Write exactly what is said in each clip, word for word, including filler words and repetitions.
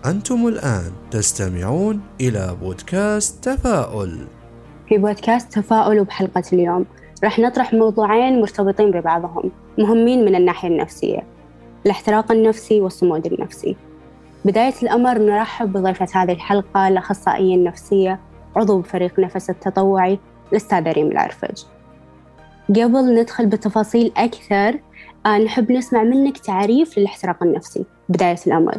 أنتم الآن تستمعون إلى بودكاست تفاؤل. في بودكاست تفاؤل وبحلقة اليوم رح نطرح موضوعين مرتبطين ببعضهم مهمين من الناحية النفسية: الاحتراق النفسي والصمود النفسي. بداية الأمر نرحب بضيفة هذه الحلقة الأخصائية النفسية عضو بفريق نفس التطوعي الأستاذة ريم العرفج. قبل ندخل بالتفاصيل أكثر نحب نسمع منك تعريف للاحتراق النفسي بداية الأمر.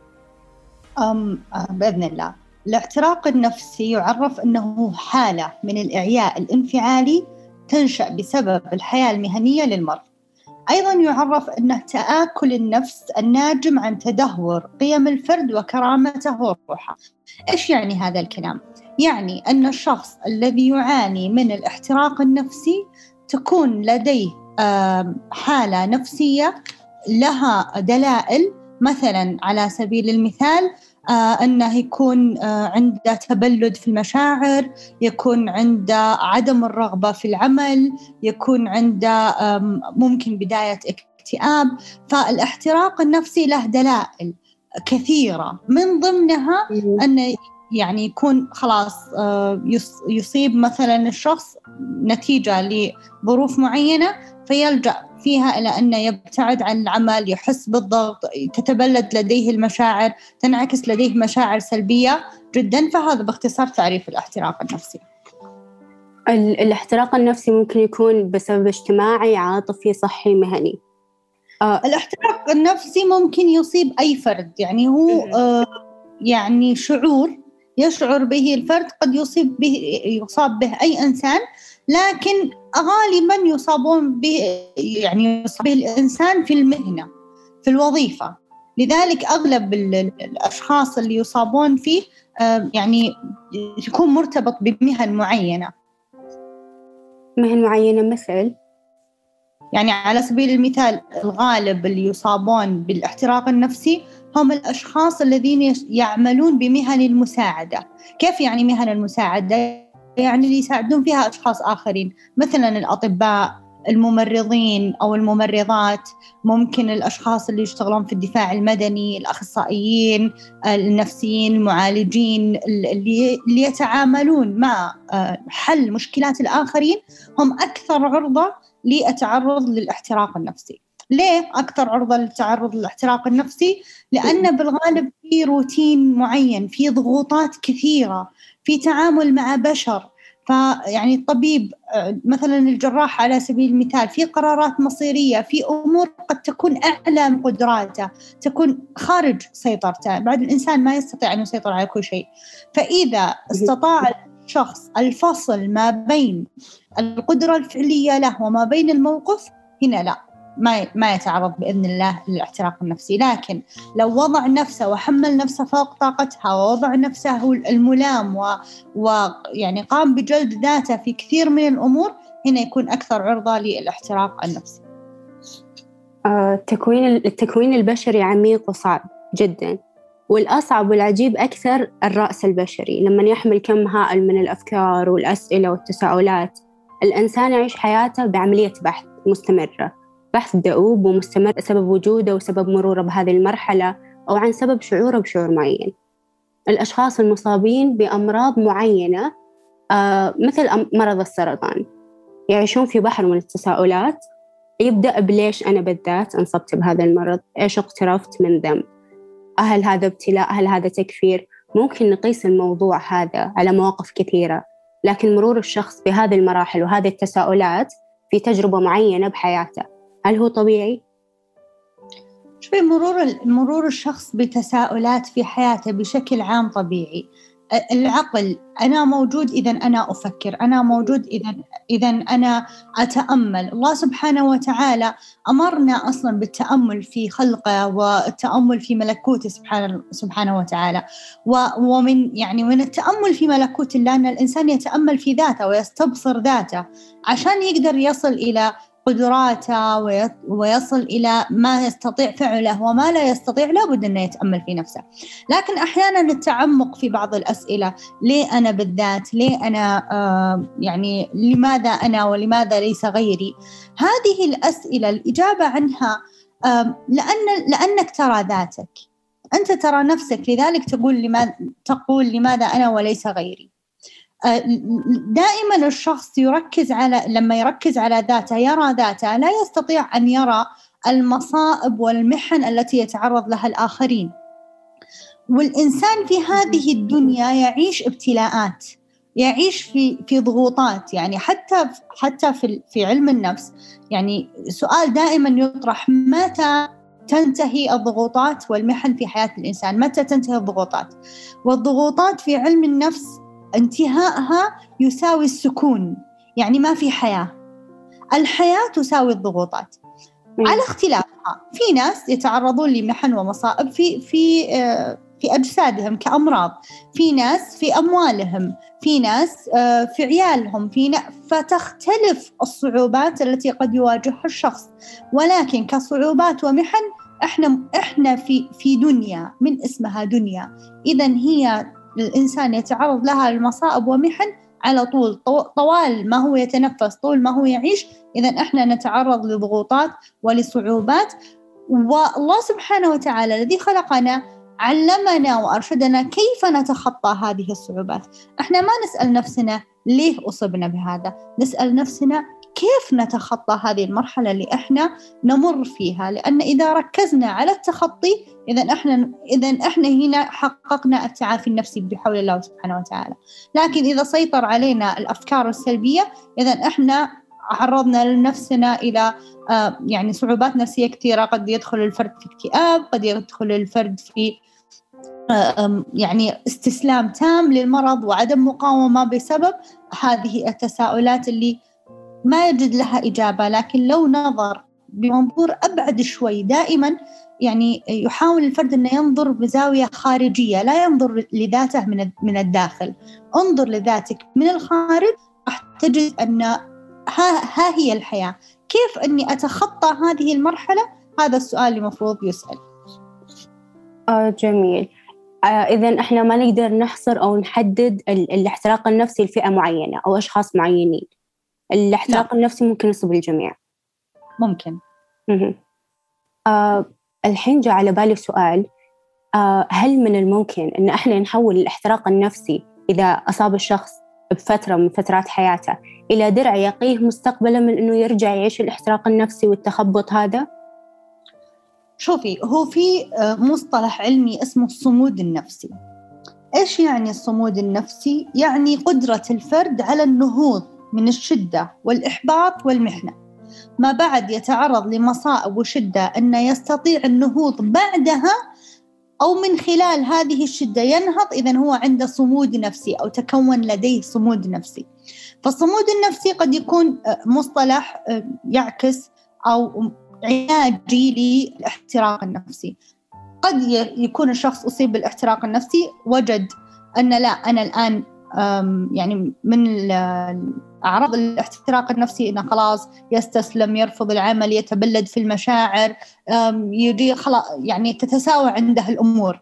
أم بإذن الله. الاحتراق النفسي يعرف أنه حالة من الإعياء الانفعالي تنشأ بسبب الحياة المهنية للمرء. أيضاً يعرف أنه تآكل النفس الناجم عن تدهور قيم الفرد وكرامته وروحه. إيش يعني هذا الكلام؟ يعني أن الشخص الذي يعاني من الاحتراق النفسي تكون لديه حالة نفسية لها دلائل، مثلاً على سبيل المثال آه أنه يكون آه عنده تبلد في المشاعر، يكون عنده عدم الرغبة في العمل، يكون عنده ممكن بداية اكتئاب. فالاحتراق النفسي له دلائل كثيرة، من ضمنها أنه يعني يكون خلاص آه يصيب مثلا الشخص نتيجة لظروف معينة فيلجأ فيها إلى أنه يبتعد عن العمل، يحس بالضغط، تتبلد لديه المشاعر، تنعكس لديه مشاعر سلبية جدا. فهذا باختصار تعريف الاحتراق النفسي. الاحتراق النفسي ممكن يكون بسبب اجتماعي، عاطفي، صحي، مهني. آه. الاحتراق النفسي ممكن يصيب أي فرد، يعني هو آه يعني شعور يشعر به الفرد، قد يصيب به يصاب به أي إنسان، لكن غالباً يصابون به يعني يصاب به الإنسان في المهنة، في الوظيفة. لذلك أغلب الأشخاص اللي يصابون فيه يعني يكون مرتبط بمهن معينة. مهن معينة مثل؟ يعني على سبيل المثال الغالب اللي يصابون بالاحتراق النفسي هم الأشخاص الذين يعملون بمهن المساعدة. كيف يعني مهن المساعدة؟ يعني اللي يساعدون فيها أشخاص آخرين، مثلا الأطباء، الممرضين أو الممرضات، ممكن الأشخاص اللي يشتغلون في الدفاع المدني، الأخصائيين النفسيين، المعالجين، اللي, اللي يتعاملون مع حل مشكلات الآخرين، هم أكثر عرضة للتعرض للاحتراق النفسي. ليه أكثر عرضة للتعرض للاحتراق النفسي؟ لأن بالغالب في روتين معين، في ضغوطات كثيرة، في تعامل مع بشر. فيعني الطبيب مثلا الجراح على سبيل المثال في قرارات مصيرية، في أمور قد تكون أعلى من قدراته، تكون خارج سيطرته. بعد الإنسان ما يستطيع أن يسيطر على كل شيء. فإذا استطاع الشخص الفصل ما بين القدرة الفعلية له وما بين الموقف، هنا لا ما ما يتعرض بإذن الله للاحتراق النفسي. لكن لو وضع نفسه وحمل نفسه فوق طاقتها ووضع نفسه الملام ويعني قام بجلد ذاته في كثير من الأمور، هنا يكون أكثر عرضة للاحتراق النفسي. التكوين التكوين البشري عميق وصعب جدا، والأصعب والعجيب أكثر الرأس البشري لما يحمل كم هائل من الأفكار والأسئلة والتساؤلات. الإنسان يعيش حياته بعملية بحث مستمرة، بحث دؤوب ومستمر سبب وجوده وسبب مروره بهذه المرحلة، أو عن سبب شعوره بشعور معين. الأشخاص المصابين بأمراض معينة آه مثل مرض السرطان يعيشون في بحر من التساؤلات، يبدأ بليش أنا بالذات انصبت بهذا المرض، إيش اقترفت من ذنب، هل هذا ابتلاء، هل هذا تكفير. ممكن نقيس الموضوع هذا على مواقف كثيرة، لكن مرور الشخص بهذه المراحل وهذه التساؤلات في تجربة معينة بحياته، هل هو طبيعي؟ شوي مرور مرور الشخص بتساؤلات في حياته بشكل عام طبيعي. العقل أنا موجود إذا أنا أفكر، أنا موجود إذا إذا أنا أتأمل. الله سبحانه وتعالى أمرنا أصلا بالتأمل في خلقه والتأمل في ملكوته سبحانه سبحانه وتعالى. ومن يعني من التأمل في ملكوت الله أن الإنسان يتأمل في ذاته ويستبصر ذاته عشان يقدر يصل إلى قدراته ويصل إلى ما يستطيع فعله وما لا يستطيع. لابد أنه يتأمل في نفسه. لكن أحيانا التعمق في بعض الأسئلة، ليه أنا بالذات، ليه أنا آه يعني لماذا أنا ولماذا ليس غيري، هذه الأسئلة الإجابة عنها آه لأن لأنك ترى ذاتك. أنت ترى نفسك، لذلك تقول لماذا تقول لماذا أنا وليس غيري. دائما الشخص يركز على لما يركز على ذاته يرى ذاته، لا يستطيع أن يرى المصائب والمحن التي يتعرض لها الآخرين. والإنسان في هذه الدنيا يعيش ابتلاءات، يعيش في في ضغوطات. يعني حتى حتى في في علم النفس يعني سؤال دائما يطرح: متى تنتهي الضغوطات والمحن في حياة الإنسان؟ متى تنتهي الضغوطات؟ والضغوطات في علم النفس انتهائها يساوي السكون، يعني ما في حياة. الحياة تساوي الضغوطات على اختلافها. في ناس يتعرضون لمحن ومصائب في في في أجسادهم كأمراض، في ناس في أموالهم، في ناس في عيالهم، في ن... فتختلف الصعوبات التي قد يواجهها الشخص. ولكن كصعوبات ومحن إحنا إحنا في في دنيا من اسمها دنيا، إذن هي الإنسان يتعرض لها المصائب ومحن على طول، طوال ما هو يتنفس، طول ما هو يعيش. إذن إحنا نتعرض لضغوطات ولصعوبات. والله سبحانه وتعالى الذي خلقنا علمنا وأرشدنا كيف نتخطى هذه الصعوبات. إحنا ما نسأل نفسنا ليه أصبنا بهذا، نسأل نفسنا كيف نتخطى هذه المرحلة اللي إحنا نمر فيها. لأن إذا ركزنا على التخطي إذن إحنا إذن إحنا هنا حققنا التعافي النفسي بحول الله سبحانه وتعالى. لكن إذا سيطر علينا الأفكار السلبية إذن إحنا عرضنا لنفسنا إلى آه يعني صعوبات نفسية كثيرة. قد يدخل الفرد في اكتئاب، قد يدخل الفرد في آه يعني استسلام تام للمرض وعدم مقاومة بسبب هذه التساؤلات اللي ما يجد لها إجابة. لكن لو نظر بمنظور أبعد شوي، دائما يعني يحاول الفرد أن ينظر بزاوية خارجية، لا ينظر لذاته من من الداخل. انظر لذاتك من الخارج، راح تجد أن ها, ها هي الحياة. كيف أني أتخطى هذه المرحلة؟ هذا السؤال المفروض يسأل. آه جميل. آه إذن إحنا ما نقدر نحصر أو نحدد الاحتراق النفسي لفئة معينة أو أشخاص معينين. الاحتراق لا. النفسي ممكن يصيب الجميع. ممكن. آه الحين جاء على بالي سؤال: آه هل من الممكن أن إحنا نحول الاحتراق النفسي إذا أصاب الشخص بفترة من فترات حياته إلى درع يقيه مستقبلا من أنه يرجع يعيش الاحتراق النفسي والتخبط هذا؟ شوفي، هو في مصطلح علمي اسمه الصمود النفسي. إيش يعني الصمود النفسي؟ يعني قدرة الفرد على النهوض من الشدة والإحباط والمحنة، ما بعد يتعرض لمصائب وشدة أنه يستطيع النهوض بعدها أو من خلال هذه الشدة ينهض. إذن هو عنده صمود نفسي أو تكون لديه صمود نفسي. فالصمود النفسي قد يكون مصطلح يعكس أو علاجي للاحتراق النفسي. قد يكون الشخص أصيب بالاحتراق النفسي، وجد أن لا، أنا الآن يعني من أعراض الاحتراق النفسي إنه خلاص يستسلم، يرفض العمل، يتبلد في المشاعر، يجي خلاص يعني تتساوى عنده الأمور،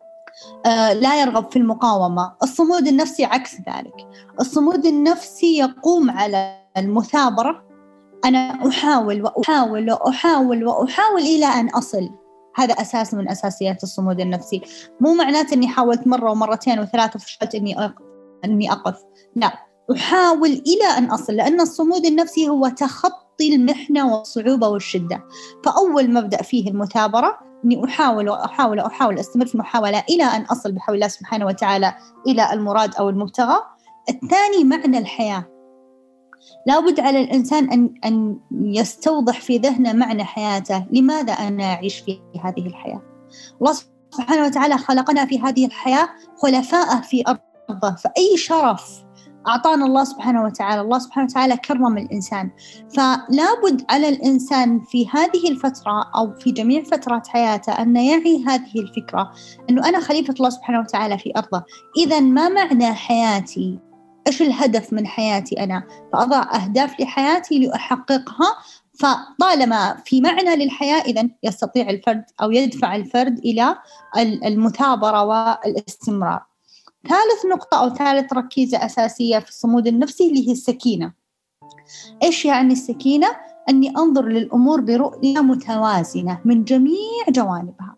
لا يرغب في المقاومة. الصمود النفسي عكس ذلك. الصمود النفسي يقوم على المثابرة. أنا أحاول وأحاول وأحاول وأحاول إلى أن أصل. هذا أساس من أساسيات الصمود النفسي. مو معناته أني حاولت مرة ومرتين وثلاثة وفشلت أني أقف. أني أقف لا، أحاول إلى أن أصل. لأن الصمود النفسي هو تخطي المحنة والصعوبة والشدة. فأول مبدأ فيه المثابرة، أني أحاول وأحاول وأحاول أستمر في المحاولة إلى أن أصل بحول الله سبحانه وتعالى إلى المراد أو المبتغى. الثاني معنى الحياة. لابد على الإنسان أن أن يستوضح في ذهنه معنى حياته. لماذا أنا أعيش في هذه الحياة؟ الله سبحانه وتعالى خلقنا في هذه الحياة خلفاء في أرضه، فأي شرف أعطانا الله سبحانه وتعالى. الله سبحانه وتعالى كرم الإنسان. فلابد على الإنسان في هذه الفترة أو في جميع فترات حياته أن يعي هذه الفكرة، أنه أنا خليفة الله سبحانه وتعالى في أرضه. إذن ما معنى حياتي؟ إيش الهدف من حياتي أنا؟ فأضع أهداف لحياتي لأحققها. فطالما في معنى للحياة إذن يستطيع الفرد أو يدفع الفرد إلى المثابرة والاستمرار. ثالث نقطة أو ثالث ركيزة أساسية في الصمود النفسي اللي هي السكينة. إيش يعني السكينة؟ أني أنظر للأمور برؤية متوازنة من جميع جوانبها.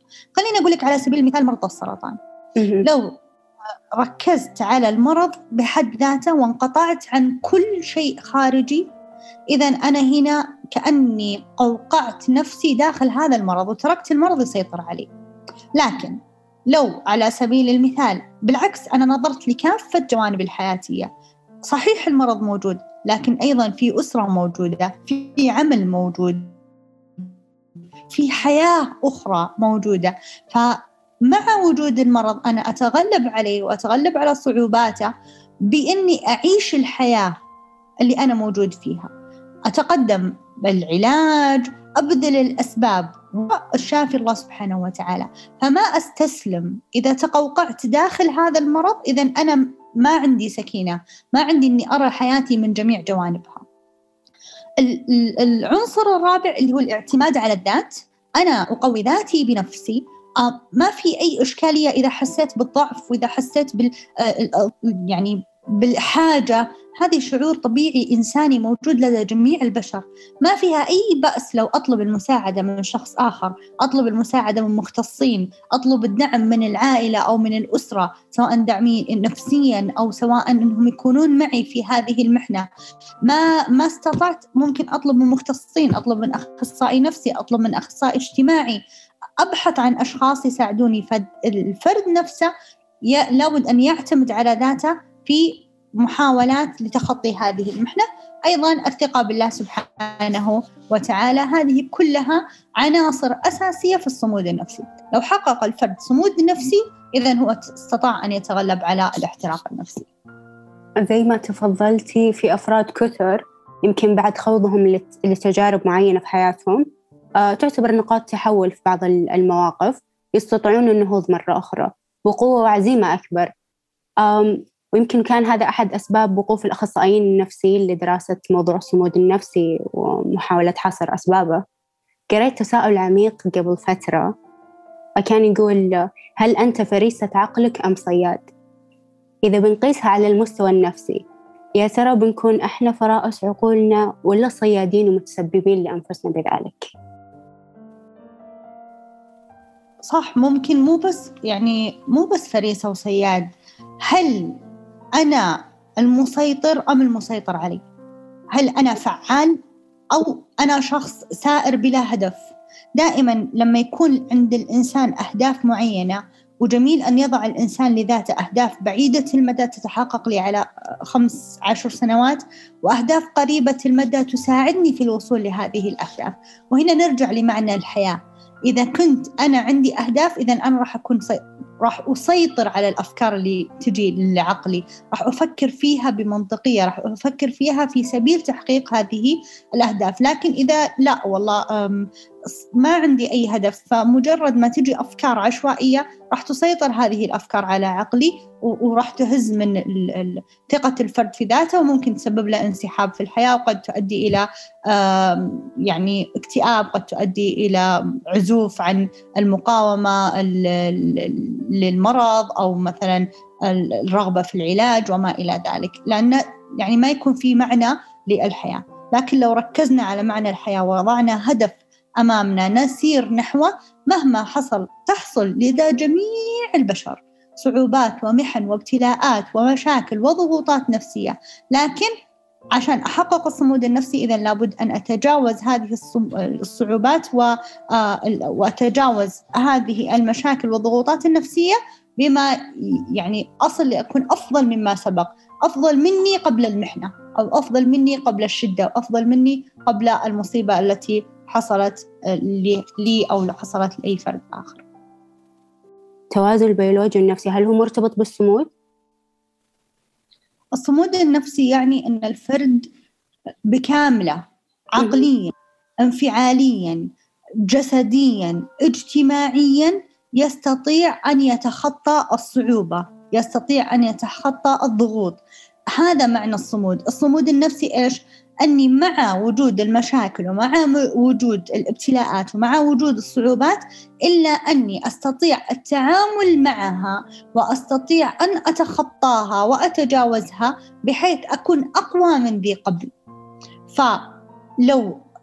خليني أقول لك على سبيل المثال مرضى السرطان. لو ركزت على المرض بحد ذاته وانقطعت عن كل شيء خارجي، إذن أنا هنا كأني قوقعت نفسي داخل هذا المرض وتركت المرض يسيطر علي. لكن لو على سبيل المثال بالعكس أنا نظرت لكافة جوانب الحياتية، صحيح المرض موجود لكن أيضا في أسرة موجودة، في عمل موجود، في حياة أخرى موجودة. فمع وجود المرض أنا أتغلب عليه وأتغلب على صعوباته بإني أعيش الحياة اللي أنا موجود فيها، أتقدم بالعلاج، أبذل الأسباب والشافي الله سبحانه وتعالى. فما أستسلم. إذا تقوقعت داخل هذا المرض إذن أنا ما عندي سكينة، ما عندي إني أرى حياتي من جميع جوانبها. العنصر الرابع اللي هو الاعتماد على الذات. أنا أقوي ذاتي بنفسي، ما في أي إشكالية إذا حسيت بالضعف وإذا حسيت بال يعني بالحاجة، هذه شعور طبيعي إنساني موجود لدى جميع البشر، ما فيها أي بأس لو أطلب المساعدة من شخص آخر، أطلب المساعدة من مختصين، أطلب الدعم من العائلة أو من الأسرة، سواء دعمي نفسيا أو سواء أنهم يكونون معي في هذه المحنة. ما ما استطعت ممكن أطلب من مختصين، أطلب من أخصائي نفسي، أطلب من أخصائي اجتماعي، أبحث عن أشخاص يساعدوني. فالفرد نفسه لابد أن يعتمد على ذاته في محاولات لتخطي هذه المحنة. أيضا الثقة بالله سبحانه وتعالى، هذه كلها عناصر أساسية في الصمود النفسي. لو حقق الفرد صمود نفسي إذن هو استطاع أن يتغلب على الاحتراق النفسي. زي ما تفضلتي، في أفراد كثر يمكن بعد خوضهم لتجارب معينة في حياتهم أه تعتبر نقاط تحول في بعض المواقف، يستطيعون النهوض مرة أخرى بقوة وعزيمة أكبر. أم ويمكن كان هذا أحد أسباب وقوف الأخصائيين النفسيين لدراسة موضوع الصمود النفسي ومحاولة حصر أسبابه. قرأت تساؤل عميق قبل فترة كان يقول: هل أنت فريسة عقلك أم صياد؟ إذا بنقيسها على المستوى النفسي، يا ترى بنكون إحنا فرائس عقولنا ولا صيادين ومتسببين لأنفسنا بذلك؟ صح، ممكن مو بس يعني مو بس فريسة وصياد. هل أنا المسيطر أم المسيطر علي؟ هل أنا فعال أو أنا شخص سائر بلا هدف؟ دائما لما يكون عند الإنسان أهداف معينة، وجميل أن يضع الإنسان لذاته أهداف بعيدة المدى تتحقق لي على خمس عشر سنوات، وأهداف قريبة المدى تساعدني في الوصول لهذه الأهداف. وهنا نرجع لمعنى الحياة. إذا كنت أنا عندي أهداف إذن أنا راح أكون صي... راح أسيطر على الأفكار اللي تجي لعقلي، راح أفكر فيها بمنطقية، راح أفكر فيها في سبيل تحقيق هذه الأهداف. لكن إذا لا والله ما عندي أي هدف، فمجرد ما تجي أفكار عشوائية راح تسيطر هذه الأفكار على عقلي وراح تهز من ثقة الفرد في ذاته، وممكن تسبب له انسحاب في الحياة، وقد تؤدي إلى يعني اكتئاب، قد تؤدي إلى عزوف عن المقاومة للمرض، أو مثلا الرغبة في العلاج وما إلى ذلك، لأن يعني ما يكون في معنى للحياة. لكن لو ركزنا على معنى الحياة ووضعنا هدف أمامنا نسير نحوه، مهما حصل تحصل لدى جميع البشر صعوبات ومحن وابتلاءات ومشاكل وضغوطات نفسية، لكن عشان أحقق الصمود النفسي إذن لابد أن أتجاوز هذه الصعوبات وأتجاوز هذه المشاكل والضغوطات النفسية بما يعني أصل لأكون أفضل مما سبق، أفضل مني قبل المحنة، أو أفضل مني قبل الشدة، أو أفضل مني قبل المصيبة التي حصلت لي أو حصلت لأي فرد آخر. توازن البيولوجي النفسي، هل هو مرتبط بالصمود؟ الصمود النفسي يعني أن الفرد بكامله، عقليا، انفعاليا، جسديا، اجتماعيا، يستطيع أن يتخطى الصعوبة، يستطيع أن يتخطى الضغوط. هذا معنى الصمود. الصمود النفسي إيش؟ أني مع وجود المشاكل ومع وجود الابتلاءات ومع وجود الصعوبات، إلا أني أستطيع التعامل معها وأستطيع أن أتخطاها وأتجاوزها بحيث أكون أقوى من ذي قبل. فلو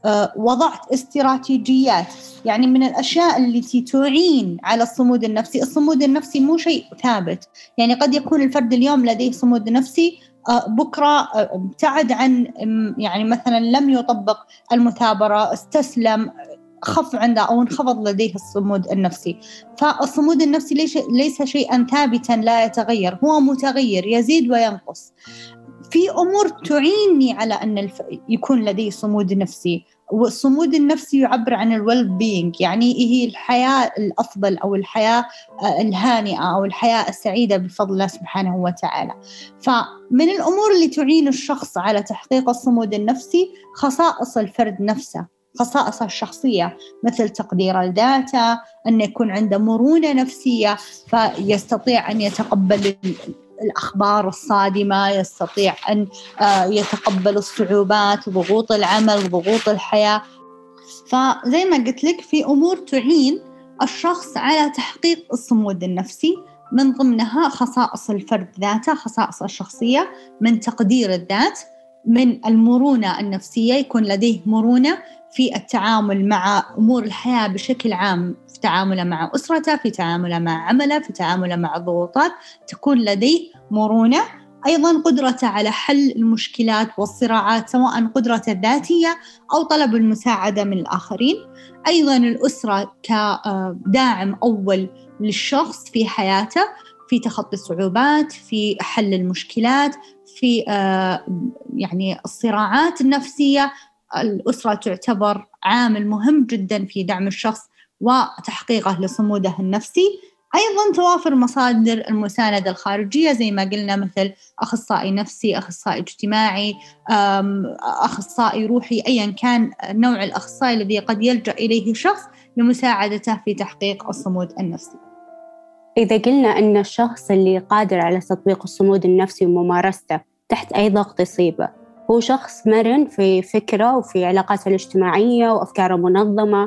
وضعت استراتيجيات. يعني من الأشياء التي تعين على الصمود النفسي، الصمود النفسي مو شيء ثابت. يعني قد يكون الفرد اليوم لديه صمود نفسي، بكرة ابتعد عن، يعني مثلا لم يطبق المثابرة، استسلم، خف عنده أو انخفض لديه الصمود النفسي. فالصمود النفسي ليس ليس شيئا ثابتا لا يتغير، هو متغير يزيد وينقص. في أمور تعيني على أن الف... يكون لدي صمود نفسي، والصمود النفسي يعبر عن الويل بينج، يعني هي الحياة الأفضل أو الحياة الهانئة أو الحياة السعيدة بفضل الله سبحانه وتعالى. فمن الأمور اللي تعين الشخص على تحقيق الصمود النفسي خصائص الفرد نفسه، خصائص الشخصية، مثل تقدير الذاته، أن يكون عنده مرونة نفسية فيستطيع أن يتقبل الأخبار الصادمة، يستطيع أن يتقبل الصعوبات، ضغوط العمل، ضغوط الحياة. فزي ما قلت لك في أمور تعين الشخص على تحقيق الصمود النفسي، من ضمنها خصائص الفرد ذاته، خصائص الشخصية، من تقدير الذات، من المرونة النفسية، يكون لديه مرونة في التعامل مع أمور الحياة بشكل عام، في تعامله مع أسرته، في تعامله مع عمله، في تعامله مع الضغوطات، تكون لديه مرونة. أيضا قدرته على حل المشكلات والصراعات، سواء قدرته الذاتية أو طلب المساعدة من الآخرين. أيضا الأسرة كداعم أول للشخص في حياته، في تخطي الصعوبات، في حل المشكلات، في يعني الصراعات النفسية. الأسرة تعتبر عامل مهم جدا في دعم الشخص وتحقيقه لصموده النفسي. أيضا توافر مصادر المساندة الخارجية زي ما قلنا، مثل أخصائي نفسي، أخصائي اجتماعي، أخصائي روحي، أيا كان نوع الأخصائي الذي قد يلجأ إليه الشخص لمساعدته في تحقيق الصمود النفسي. إذا قلنا أن الشخص اللي قادر على تطبيق الصمود النفسي وممارسته تحت أي ضغط يصيبه هو شخص مرن في فكره وفي علاقاته الاجتماعية وأفكاره منظمة،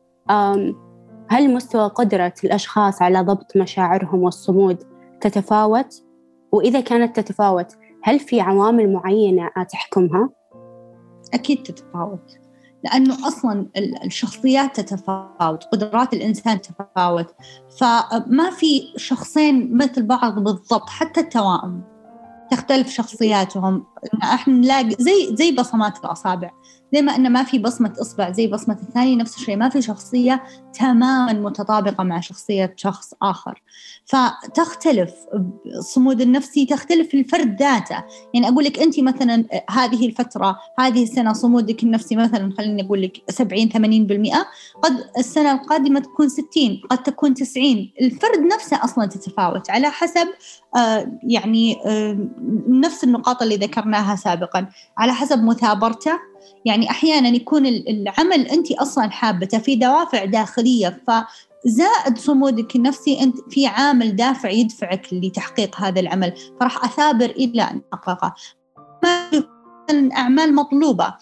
هل مستوى قدرة الأشخاص على ضبط مشاعرهم والصمود تتفاوت؟ وإذا كانت تتفاوت هل في عوامل معينة تحكمها؟ أكيد تتفاوت، لأنه أصلاً الشخصيات تتفاوت، قدرات الإنسان تتفاوت، فما في شخصين مثل بعض بالضبط. حتى التوائم تختلف شخصياتهم. احنا نلاقي زي زي بصمات الأصابع، زي ما أن ما في بصمة إصبع زي بصمة الثاني، نفس الشيء ما في شخصية تماماً متطابقة مع شخصية شخص آخر. فتختلف الصمود النفسي، تختلف الفرد ذاته. يعني أقول لك أنت مثلاً هذه الفترة، هذه السنة صمودك النفسي مثلاً خليني أقول لك سبعين ثمانين بالمئة، قد السنة القادمة تكون ستين، قد تكون تسعين. الفرد نفسه أصلاً تتفاوت على حسب آه يعني آه نفس النقاط اللي ذكرناها سابقاً، على حسب مثابرته. يعني أحياناً يكون العمل أنت أصلاً حابته في دوافع داخلية، فزائد صمودك النفسي أنت في عامل دافع يدفعك لتحقيق هذا العمل، فرح أثابر إلى أن أحققه. الأعمال مطلوبة،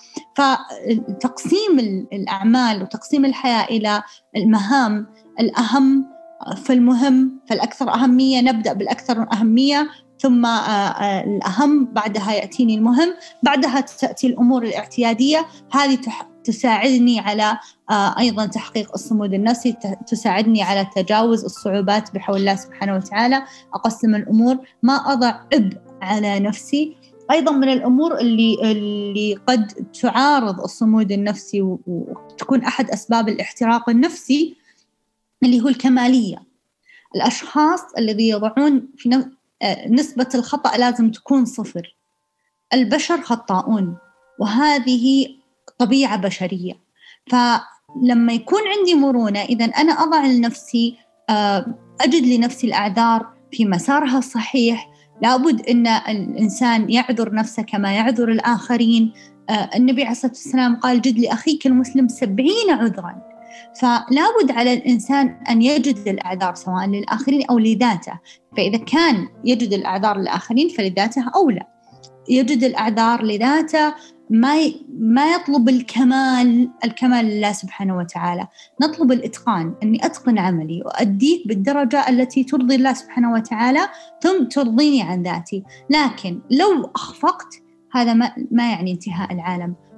فتقسيم الأعمال وتقسيم الحياة إلى المهام، الأهم فالمهم فالأكثر أهمية، نبدأ بالأكثر أهمية ثم الأهم، بعدها يأتيني المهم، بعدها تأتي الأمور الاعتيادية. هذه تساعدني على أيضا تحقيق الصمود النفسي، تساعدني على تجاوز الصعوبات بحول الله سبحانه وتعالى. أقسم الأمور، ما أضع عبء على نفسي. أيضا من الأمور اللي اللي قد تعارض الصمود النفسي وتكون أحد أسباب الاحتراق النفسي اللي هو الكمالية. الأشخاص الذي يضعون في نفس نسبة الخطأ لازم تكون صفر. البشر خطاؤون وهذه طبيعة بشرية. فلما يكون عندي مرونة، إذا أنا أضع لنفسي، أجد لنفسي الأعذار في مسارها الصحيح. لابد أن الإنسان يعذر نفسه كما يعذر الآخرين. النبي عليه الصلاة والسلام قال: جد لأخيك المسلم سبعين عذرا. فلابد على الإنسان أن يجد الأعذار سواء للآخرين أو لذاته. فإذا كان يجد الأعذار للآخرين فلذاته أولى. يجد الأعذار لذاته، ما ما يطلب الكمال الكمال لله سبحانه وتعالى، نطلب الإتقان، أني أتقن عملي وأديه بالدرجة التي ترضي الله سبحانه وتعالى ثم ترضيني عن ذاتي. لكن لو أخفقت هذا ما, ما يعني انتهاء العالم،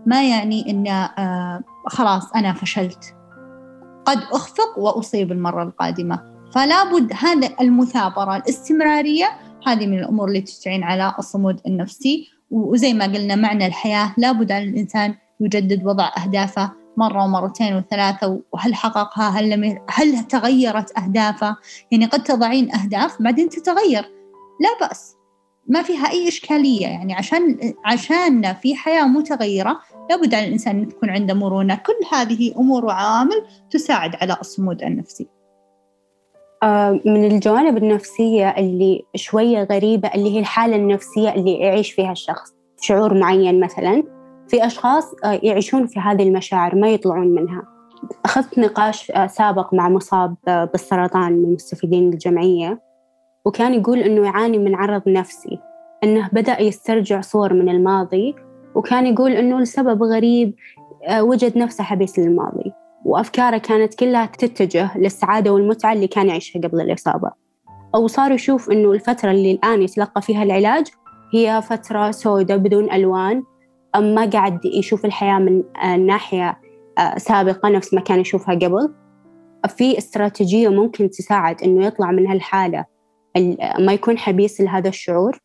ما يعني أن آه خلاص أنا فشلت، قد أخفق وأصيب المرة القادمة. فلا بد هذا المثابرة الاستمرارية، هذه من الأمور اللي تستعين على الصمود النفسي. وزي ما قلنا معنى الحياة، لا بد على الإنسان يجدد وضع أهدافه مرة ومرتين وثلاثة، وهل حققها، هل لم هل تغيرت أهدافه. يعني قد تضعين أهداف بعدين تتغير، لا بأس، ما فيها أي إشكالية. يعني عشان عشان في حياة متغيرة لابد على الإنسان أن تكون عنده مرونة. كل هذه أمور وعوامل تساعد على الصمود النفسي. من الجوانب النفسية اللي شوية غريبة اللي هي الحالة النفسية اللي يعيش فيها الشخص شعور معين. مثلا في أشخاص يعيشون في هذه المشاعر ما يطلعون منها. أخذت نقاش سابق مع مصاب بالسرطان من مستفيدين الجمعية، وكان يقول أنه يعاني من عرض نفسي، أنه بدأ يسترجع صور من الماضي، وكان يقول أنه لسبب غريب وجد نفسه حبيس للماضي، وأفكاره كانت كلها تتجه للسعادة والمتعة اللي كان يعيشها قبل الإصابة. أو صار يشوف أنه الفترة اللي الآن يتلقى فيها العلاج هي فترة سوداء بدون ألوان، أما قاعد يشوف الحياة من ناحية سابقة نفس ما كان يشوفها قبل. في استراتيجية ممكن تساعد أنه يطلع من هالحالة ما يكون حبيس لهذا الشعور.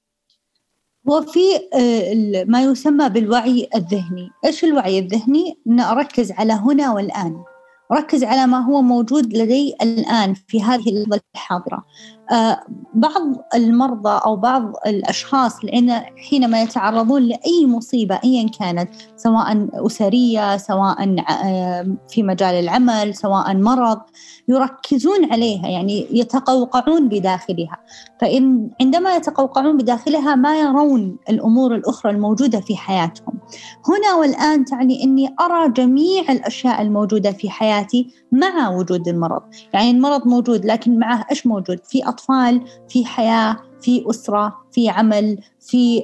وفي ما يسمى بالوعي الذهني. إيش الوعي الذهني؟ نركز على هنا والآن، ركز على ما هو موجود لدي الآن في هذه اللحظة الحاضرة. آه بعض المرضى أو بعض الأشخاص لأن حينما يتعرضون لأي مصيبة أيا كانت، سواء أسرية، سواء آه في مجال العمل، سواء مرض، يركزون عليها، يعني يتقوقعون بداخلها. فإن عندما يتقوقعون بداخلها ما يرون الأمور الأخرى الموجودة في حياتهم. هنا والآن تعني أني أرى جميع الأشياء الموجودة في حياتي مع وجود المرض. يعني المرض موجود لكن معه إيش موجود؟ في أطفال، في حياة، في أسرة، في عمل، في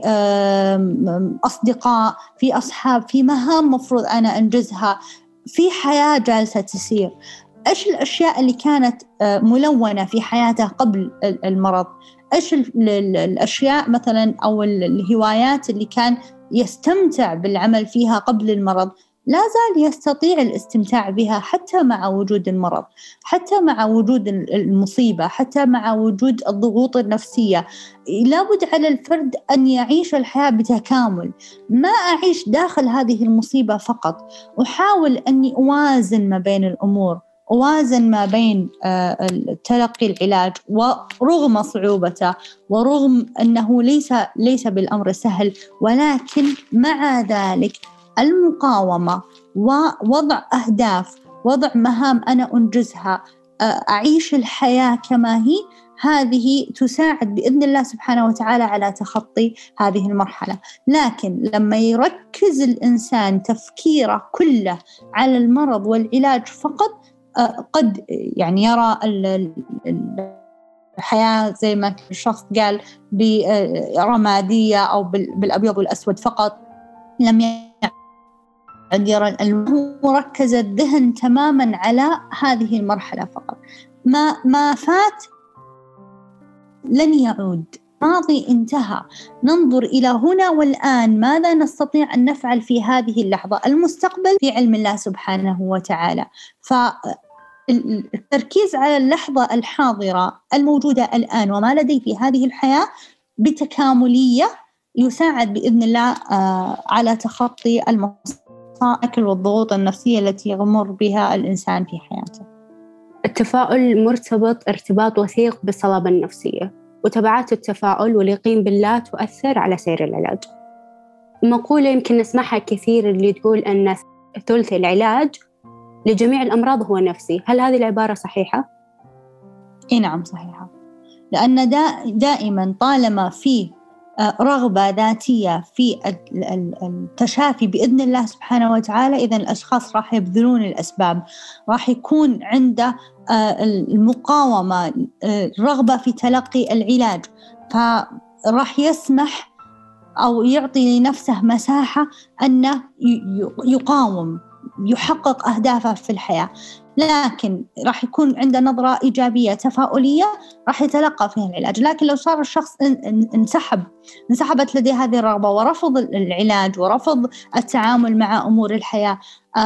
أصدقاء، في أصحاب، في مهام مفروض أنا أنجزها، في حياة جالسة تسير. إيش الأشياء اللي كانت ملونة في حياته قبل المرض؟ إيش الأشياء مثلا أو الهوايات اللي كان يستمتع بالعمل فيها قبل المرض؟ لا زال يستطيع الاستمتاع بها حتى مع وجود المرض، حتى مع وجود المصيبة، حتى مع وجود الضغوط النفسية. لابد على الفرد أن يعيش الحياة بتكامل، ما أعيش داخل هذه المصيبة فقط. أحاول أني أوازن ما بين الأمور، أوازن ما بين تلقي العلاج ورغم صعوبته، ورغم أنه ليس ليس بالأمر سهل، ولكن مع ذلك المقاومة ووضع أهداف، وضع مهام أنا أنجزها، أعيش الحياة كما هي، هذه تساعد بإذن الله سبحانه وتعالى على تخطي هذه المرحلة. لكن لما يركز الإنسان تفكيره كله على المرض والعلاج فقط، قد يعني يرى الحياة زي ما الشخص قال برمادية أو بالأبيض والأسود فقط، لم يعد يرى مركز الذهن تماما على هذه المرحلة فقط. ما ما فات لن يعود، ماضي انتهى. ننظر إلى هنا والآن، ماذا نستطيع أن نفعل في هذه اللحظة؟ المستقبل في علم الله سبحانه وتعالى. فالتركيز على اللحظة الحاضرة الموجودة الآن وما لدي في هذه الحياة بتكاملية يساعد بإذن الله على تخطي المصائب والضغوط النفسية التي يمر بها الإنسان في حياته. التفاؤل مرتبط ارتباط وثيق بالصلابة النفسية، وتبعات التفاؤل واليقين بالله تؤثر على سير العلاج. مقولة يمكن نسمعها كثير اللي تقول أن ثلث العلاج لجميع الأمراض هو نفسي. هل هذه العبارة صحيحة؟ إيه نعم صحيحة، لأن دا دائما طالما في رغبة ذاتية في التشافي بإذن الله سبحانه وتعالى، إذن الأشخاص راح يبذلون الأسباب، راح يكون عنده المقاومة، رغبة في تلقي العلاج، فراح يسمح أو يعطي لنفسه مساحة أنه يقاوم يحقق أهدافه في الحياة، لكن راح يكون عنده نظرة إيجابية تفاؤلية راح يتلقى فيها العلاج. لكن لو صار الشخص انسحب انسحبت لديه هذه الرغبة ورفض العلاج ورفض التعامل مع أمور الحياة،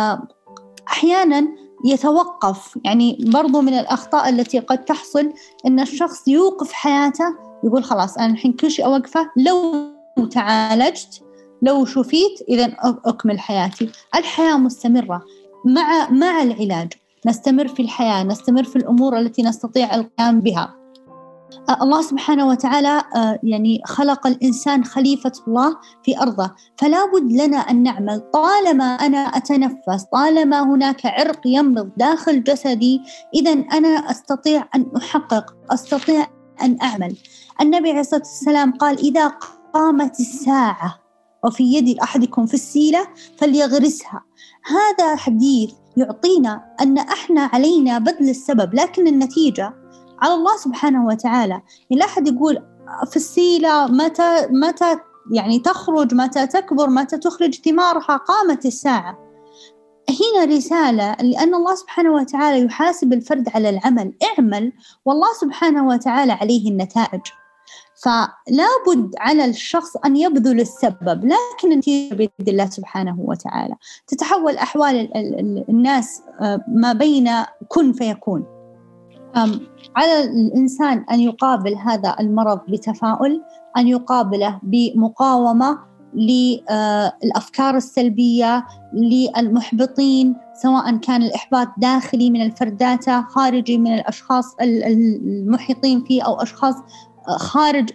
أحيانا يتوقف. يعني برضو من الأخطاء التي قد تحصل أن الشخص يوقف حياته، يقول خلاص أنا الحين كل شيء أوقفه، لو تعالجت لو شفيت إذن أكمل حياتي. الحياة مستمرة مع مع العلاج، نستمر في الحياة، نستمر في الأمور التي نستطيع القيام بها. الله سبحانه وتعالى يعني خلق الإنسان خليفة الله في أرضه، فلا بد لنا أن نعمل. طالما أنا أتنفس، طالما هناك عرق ينبض داخل جسدي، إذن أنا أستطيع أن أحقق، أستطيع أن أعمل. النبي عليه الصلاة والسلام قال إذا قامت الساعة وفي يد أحدكم في السيلة فليغرسها. هذا حديث يعطينا أن إحنا علينا بذل السبب، لكن النتيجة على الله سبحانه وتعالى. لا أحد يقول في السيلة متى متى يعني تخرج، متى تكبر، متى تخرج ثمارها، قامت الساعة. هنا رسالة، لأن الله سبحانه وتعالى يحاسب الفرد على العمل، اعمل والله سبحانه وتعالى عليه النتائج. فلا بد على الشخص أن يبذل السبب، لكن النتيجة بيد الله سبحانه وتعالى. تتحول أحوال الناس ما بين كن فيكون. على الإنسان أن يقابل هذا المرض بتفاؤل، أن يقابله بمقاومة للأفكار السلبية، للمحبطين، سواء كان الإحباط داخلي من الفرد ذاته، خارجي من الأشخاص المحيطين فيه، أو أشخاص خارج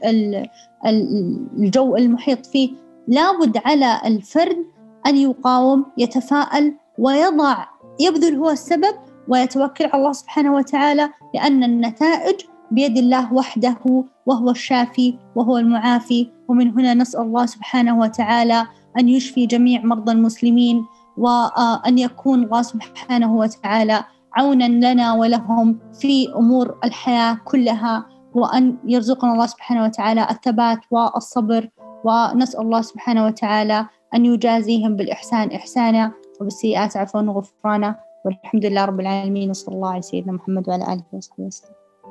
الجو المحيط فيه. لابد على الفرد أن يقاوم، يتفاءل، ويضع يبذل هو السبب، ويتوكل على الله سبحانه وتعالى، لأن النتائج بيد الله وحده، وهو الشافي وهو المعافي. ومن هنا نسأل الله سبحانه وتعالى أن يشفي جميع مرضى المسلمين، وأن يكون الله سبحانه وتعالى عونا لنا ولهم في أمور الحياة كلها، وأن يرزقنا الله سبحانه وتعالى الثبات والصبر. ونسأل الله سبحانه وتعالى أن يجازيهم بالإحسان إحسانا وبالسيئات عفوا وغفرانا. والحمد لله رب العالمين، وصلى الله على سيدنا محمد وعلى آله وصحبه وسلم.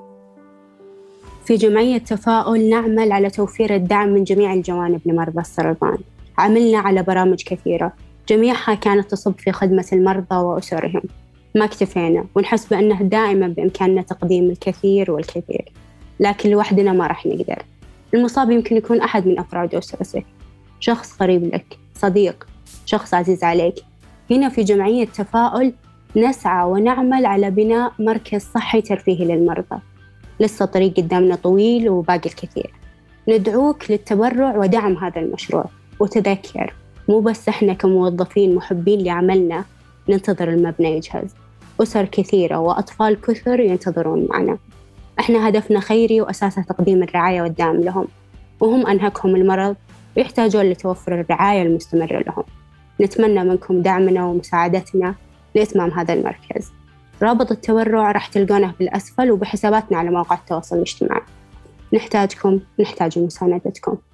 في جمعية تفاؤل نعمل على توفير الدعم من جميع الجوانب لمرضى السرطان. عملنا على برامج كثيرة، جميعها كانت تصب في خدمة المرضى وأسرهم. ما اكتفينا، ونحس بأنه دائما بإمكاننا تقديم الكثير والكثير، لكن لوحدنا ما راح نقدر. المصاب يمكن يكون أحد من أفراد أسرتك، شخص قريب لك، صديق، شخص عزيز عليك. هنا في جمعية تفاؤل نسعى ونعمل على بناء مركز صحي ترفيهي للمرضى. لسه طريق قدامنا طويل وباقي الكثير. ندعوك للتبرع ودعم هذا المشروع. وتذكر، مو بس احنا كموظفين محبين لعملنا ننتظر المبنى يجهز، أسر كثيرة وأطفال كثر ينتظرون معنا. احنا هدفنا خيري وأساسه تقديم الرعاية والدعم لهم، وهم أنهكهم المرض ويحتاجون لتوفر الرعاية المستمرة لهم. نتمنى منكم دعمنا ومساعدتنا لإتمام هذا المركز. رابط التبرع راح تلقونه بالأسفل وبحساباتنا على مواقع التواصل الاجتماعي. نحتاجكم، نحتاج مساندتكم.